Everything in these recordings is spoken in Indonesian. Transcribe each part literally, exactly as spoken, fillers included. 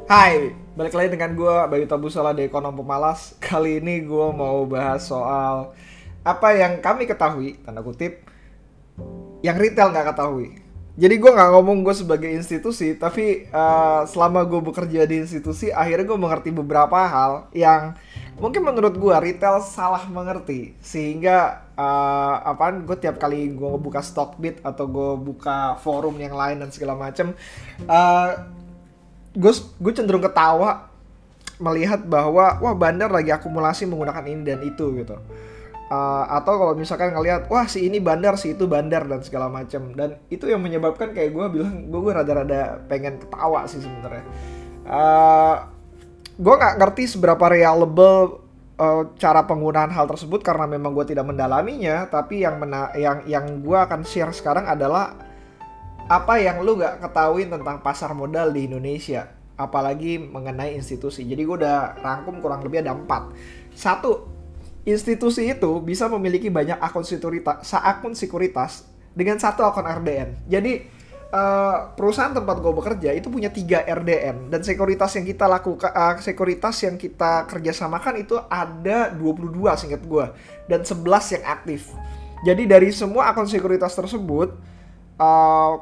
Hai, balik lagi dengan gue Bayu Tabusala di Ekonom Pemalas. Kali ini gue mau bahas soal apa yang kami ketahui, tanda kutip, yang retail nggak ketahui. Jadi gue nggak ngomong gue sebagai institusi, tapi uh, selama gue bekerja di institusi, akhirnya gue mengerti beberapa hal yang mungkin menurut gue retail salah mengerti. Sehingga uh, apaan gue tiap kali gue buka Stockbit atau gue buka forum yang lain dan segala macem, uh, gue gue cenderung ketawa melihat bahwa wah bandar lagi akumulasi menggunakan ini dan itu gitu. Uh, atau kalau misalkan ngelihat wah si ini bandar si itu bandar dan segala macam, dan itu yang menyebabkan kayak gue bilang gue gue rada-rada pengen ketawa sih sebenarnya. Uh, gue nggak ngerti seberapa reliable uh, cara penggunaan hal tersebut karena memang gue tidak mendalaminya, tapi yang mena- yang yang gue akan share sekarang adalah apa yang lu nggak ketahuin tentang pasar modal di Indonesia, apalagi mengenai institusi. Jadi gue udah rangkum kurang lebih ada empat. Satu, institusi itu bisa memiliki banyak akun sekuritas, akun sekuritas dengan satu akun R D N. Jadi uh, perusahaan tempat gue bekerja itu punya tiga R D N, dan sekuritas yang kita lakukan, uh, sekuritas yang kita kerjasamakan itu ada dua puluh dua seingat gue, dan sebelas yang aktif. Jadi dari semua akun sekuritas tersebut, uh,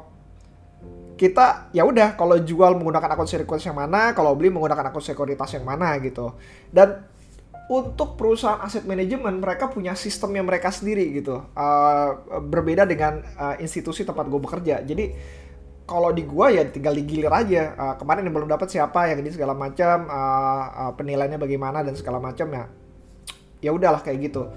kita ya udah kalau jual menggunakan akun sekuritas yang mana, kalau beli menggunakan akun sekuritas yang mana gitu. Dan untuk perusahaan aset manajemen, mereka punya sistemnya mereka sendiri gitu, uh, berbeda dengan uh, institusi tempat gue bekerja. Jadi kalau di gue ya tinggal digilir aja, uh, kemarin yang belum dapat siapa, yang ini segala macam, uh, uh, penilaiannya bagaimana dan segala macam, ya ya udahlah kayak gitu.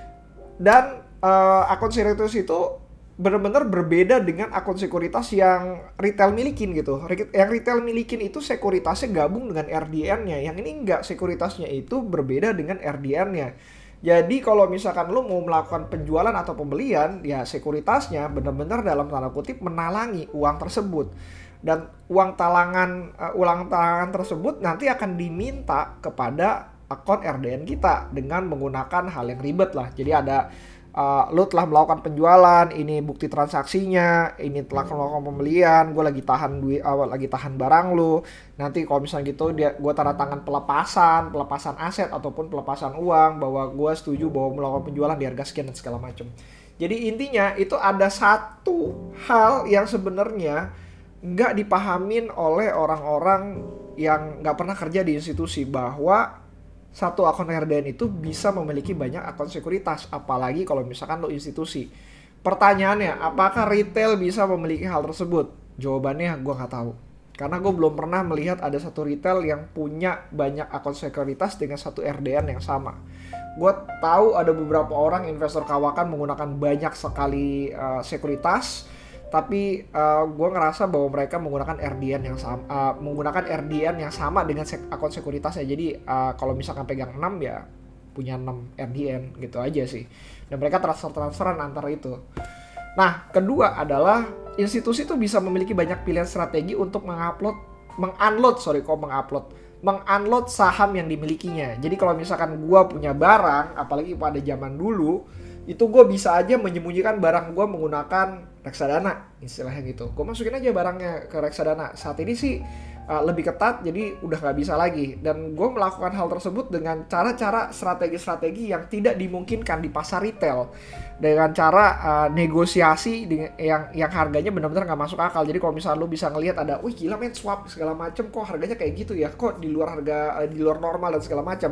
Dan uh, akun sekuritas itu benar-benar berbeda dengan akun sekuritas yang retail milikin gitu. Yang retail milikin itu sekuritasnya gabung dengan R D N-nya. Yang ini enggak, sekuritasnya itu berbeda dengan R D N-nya. Jadi kalau misalkan lu mau melakukan penjualan atau pembelian, ya sekuritasnya benar-benar dalam tanda kutip menalangi uang tersebut. Dan uang talangan uh, uang talangan tersebut nanti akan diminta kepada akun R D N kita dengan menggunakan hal yang ribet lah. Jadi ada Uh, lu telah melakukan penjualan, ini bukti transaksinya, ini telah melakukan pembelian, gue lagi tahan duit, uh, lagi tahan barang lu. Nanti kalau misalnya gitu dia gue tanda tangan pelepasan, pelepasan aset ataupun pelepasan uang bahwa gue setuju bahwa melakukan penjualan di harga sekian dan segala macam. Jadi intinya itu ada satu hal yang sebenarnya nggak dipahamin oleh orang-orang yang nggak pernah kerja di institusi, bahwa satu akun R D N itu bisa memiliki banyak akun sekuritas, apalagi kalau misalkan lo institusi. Pertanyaannya, apakah retail bisa memiliki hal tersebut? Jawabannya gue nggak tahu, karena gue belum pernah melihat ada satu retail yang punya banyak akun sekuritas dengan satu R D N yang sama. Gue tahu ada beberapa orang investor kawakan menggunakan banyak sekali uh, sekuritas, tapi uh, gue ngerasa bahwa mereka menggunakan R D N yang sama, uh, menggunakan R D N yang sama dengan sek- akun sekuritasnya. Jadi uh, kalau misalkan pegang enam ya punya enam R D N gitu aja sih. Dan mereka transfer-transferan antara itu. Nah, kedua adalah institusi itu bisa memiliki banyak pilihan strategi untuk mengupload, mengunload, sorry kok mengupload, mengunload saham yang dimilikinya. Jadi kalau misalkan gue punya barang, apalagi pada zaman dulu, itu gue bisa aja menyembunyikan barang gue menggunakan reksadana, istilahnya gitu. Gue masukin aja barangnya ke reksadana. Saat ini sih uh, lebih ketat, jadi udah nggak bisa lagi. Dan gue melakukan hal tersebut dengan cara-cara strategi-strategi yang tidak dimungkinkan di pasar retail, dengan cara uh, negosiasi dengan yang yang harganya benar-benar nggak masuk akal. Jadi kalau misalnya lu bisa ngelihat ada, wih gila men swap segala macem, kok harganya kayak gitu ya, kok di luar harga, uh, di luar normal dan segala macam.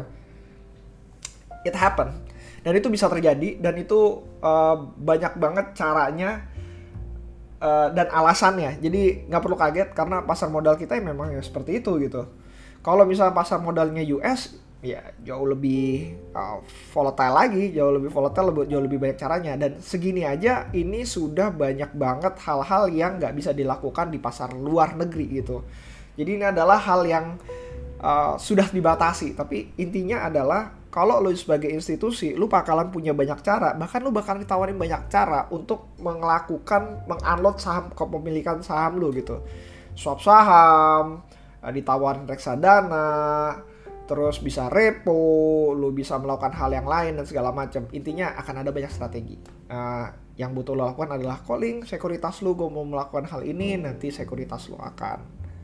It happen. Dan itu bisa terjadi, dan itu uh, banyak banget caranya uh, dan alasannya. Jadi nggak perlu kaget karena pasar modal kita ya memang ya seperti itu gitu. Kalau misalnya pasar modalnya U S ya jauh lebih uh, volatile lagi, jauh lebih volatile, jauh lebih banyak caranya. Dan segini aja ini sudah banyak banget hal-hal yang nggak bisa dilakukan di pasar luar negeri gitu. Jadi ini adalah hal yang uh, sudah dibatasi. Tapi intinya adalah kalau lu sebagai institusi, lu bakalan punya banyak cara, bahkan lu bakalan ditawarin banyak cara untuk melakukan, mengunload saham, kepemilikan saham lu gitu. Swap saham, ditawarin reksadana, terus bisa repo, lu bisa melakukan hal yang lain dan segala macam. Intinya akan ada banyak strategi. Uh, yang butuh lo lakukan adalah calling sekuritas lu, gue mau melakukan hal ini, nanti sekuritas lu akan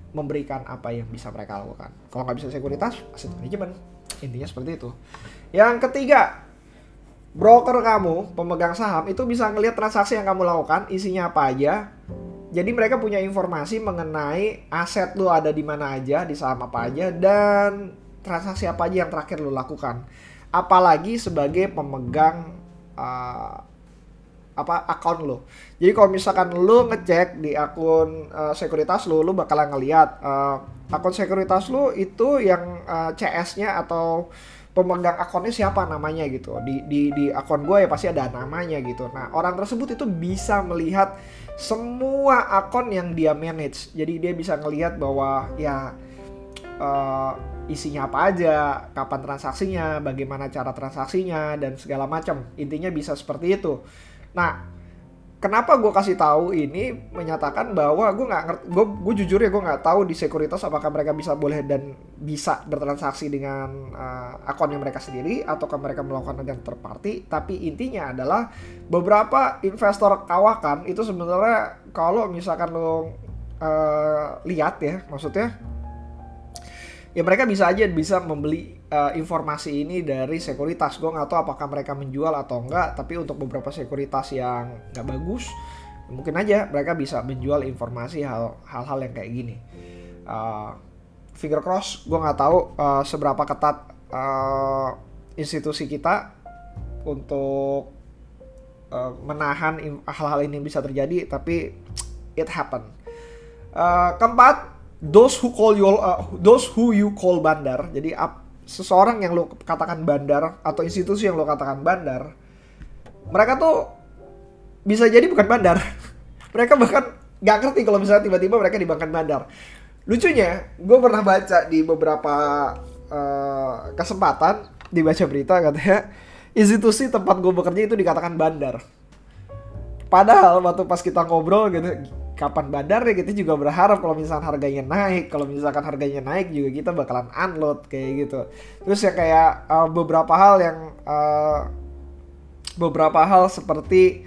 memberikan apa yang bisa mereka lakukan. Kalau nggak bisa sekuritas, aset manajemen. Intinya seperti itu. Yang ketiga, broker kamu, pemegang saham itu bisa ngelihat transaksi yang kamu lakukan, isinya apa aja. Jadi mereka punya informasi mengenai aset lu ada di mana aja, di saham apa aja, dan transaksi apa aja yang terakhir lu lakukan. Apalagi sebagai pemegang uh, apa akun lo. Jadi kalau misalkan lu ngecek di akun uh, sekuritas lu, lu bakalan ngelihat uh, akun sekuritas lu itu yang uh, C S-nya atau pemegang akunnya siapa namanya gitu. Di di di akun gue ya pasti ada namanya gitu. Nah, orang tersebut itu bisa melihat semua akun yang dia manage. Jadi dia bisa ngelihat bahwa ya uh, isinya apa aja, kapan transaksinya, bagaimana cara transaksinya, dan segala macam. Intinya bisa seperti itu. Nah, kenapa gue kasih tahu ini menyatakan bahwa gue nggak ngerti, gue gue jujur ya gue nggak tahu di sekuritas apakah mereka bisa boleh dan bisa bertransaksi dengan uh, akunnya mereka sendiri ataukah mereka melakukan dengan third party. Tapi intinya adalah beberapa investor kawakan itu sebenarnya kalau misalkan lo uh, lihat ya, maksudnya ya mereka bisa aja bisa membeli uh, informasi ini dari sekuritas. Gue nggak tahu apakah mereka menjual atau enggak, tapi untuk beberapa sekuritas yang nggak bagus mungkin aja mereka bisa menjual informasi hal, hal-hal yang kayak gini. uh, finger cross, gue nggak tahu uh, seberapa ketat uh, institusi kita untuk uh, menahan in- hal-hal ini bisa terjadi, tapi it happen. uh, keempat, those who call you uh, those who you call bandar. Jadi up, seseorang yang lo katakan bandar atau institusi yang lo katakan bandar, mereka tuh bisa jadi bukan bandar. Mereka bahkan nggak ngerti kalau misalnya tiba-tiba mereka dibangkan bandar. Lucunya, gue pernah baca di beberapa uh, kesempatan, dibaca berita katanya institusi tempat gue bekerja itu dikatakan bandar. Padahal waktu pas kita ngobrol gitu, kapan bandar ya, kita juga berharap kalau misalkan harganya naik. Kalau misalkan harganya naik juga kita bakalan unload kayak gitu. Terus ya kayak uh, beberapa hal yang uh, beberapa hal seperti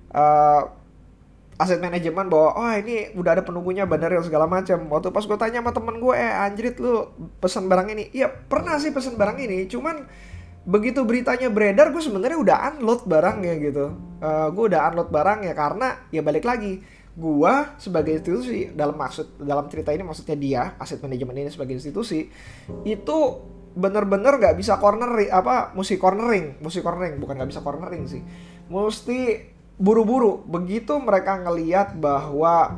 uh, aset manajemen bahwa oh ini udah ada penunggunya bandar dan segala macam. Waktu pas gue tanya sama temen gue, eh anjrit lu pesan barang ini? Iya pernah sih pesan barang ini, cuman begitu beritanya beredar gue sebenarnya udah unload barangnya gitu. Uh, gue udah unload barangnya karena ya balik lagi, gua sebagai institusi, dalam maksud dalam cerita ini maksudnya dia aset manajemen ini sebagai institusi itu bener-bener nggak bisa cornering, apa mesti cornering mesti cornering bukan nggak bisa cornering sih, mesti buru-buru. Begitu mereka ngelihat bahwa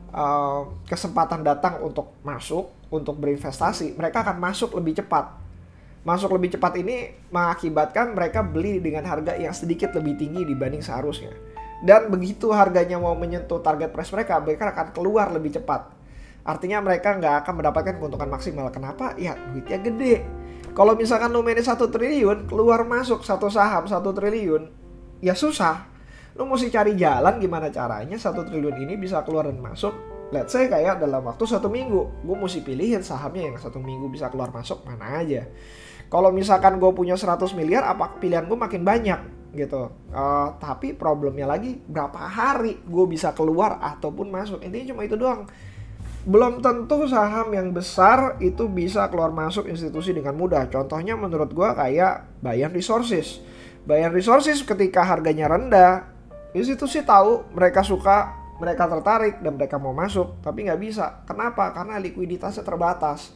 uh, kesempatan datang untuk masuk, untuk berinvestasi, mereka akan masuk lebih cepat. Masuk lebih cepat ini mengakibatkan mereka beli dengan harga yang sedikit lebih tinggi dibanding seharusnya. Dan begitu harganya mau menyentuh target price mereka, mereka akan keluar lebih cepat. Artinya mereka nggak akan mendapatkan keuntungan maksimal. Kenapa? Ya duitnya gede. Kalau misalkan lu manage satu triliun, keluar masuk satu saham satu triliun, ya susah. Lu mesti cari jalan gimana caranya satu triliun ini bisa keluar dan masuk. Let's say kayak dalam waktu satu minggu. Gue mesti pilihin sahamnya yang satu minggu bisa keluar masuk mana aja. Kalau misalkan gue punya seratus miliar, apa pilihan gue makin banyak gitu. Uh, tapi problemnya lagi berapa hari gue bisa keluar ataupun masuk. Intinya cuma itu doang. Belum tentu saham yang besar itu bisa keluar masuk institusi dengan mudah. Contohnya menurut gue kayak Bayan Resources. Bayan Resources ketika harganya rendah, institusi tahu mereka suka, mereka tertarik dan mereka mau masuk, tapi nggak bisa. Kenapa? Karena likuiditasnya terbatas.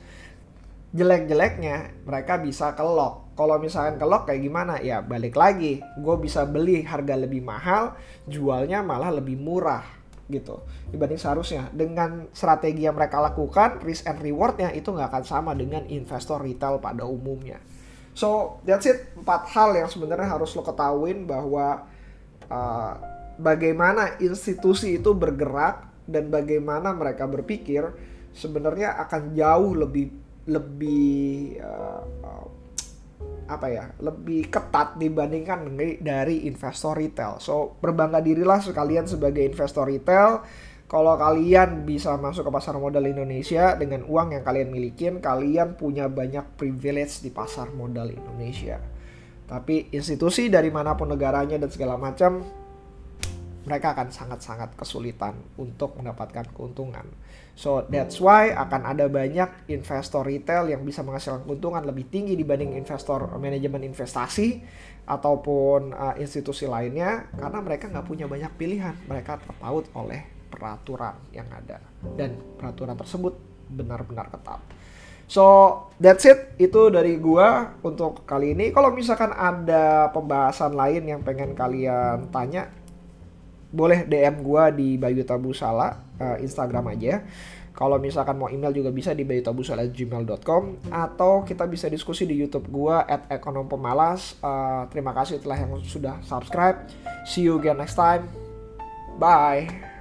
Jelek-jeleknya mereka bisa ke lock. Kalau misalkan ke lock kayak gimana? Ya balik lagi, gue bisa beli harga lebih mahal, jualnya malah lebih murah gitu dibanding seharusnya. Dengan strategi yang mereka lakukan, risk and rewardnya itu nggak akan sama dengan investor retail pada umumnya. So that's it, empat hal yang sebenarnya harus lo ketahuin bahwa Uh, bagaimana institusi itu bergerak dan bagaimana mereka berpikir sebenarnya akan jauh lebih lebih uh, uh, apa ya lebih ketat dibandingkan dari investor retail. So berbangga dirilah sekalian sebagai investor retail. Kalau kalian bisa masuk ke pasar modal Indonesia dengan uang yang kalian milikin, kalian punya banyak privilege di pasar modal Indonesia. Tapi institusi dari manapun negaranya dan segala macam, mereka akan sangat-sangat kesulitan untuk mendapatkan keuntungan. So that's why akan ada banyak investor retail yang bisa menghasilkan keuntungan lebih tinggi dibanding investor manajemen investasi ataupun uh, institusi lainnya, karena mereka nggak punya banyak pilihan. Mereka terpaut oleh peraturan yang ada, dan peraturan tersebut benar-benar ketat. So that's it, itu dari gua untuk kali ini. Kalau misalkan ada pembahasan lain yang pengen kalian tanya, boleh D M gua di Bayu Tabusala, uh, Instagram aja. Kalau misalkan mau email juga bisa di bayu tabusala at gmail dot com, atau kita bisa diskusi di YouTube gua at ekonom pemalas. Uh, terima kasih telah yang sudah subscribe. See you again next time. Bye.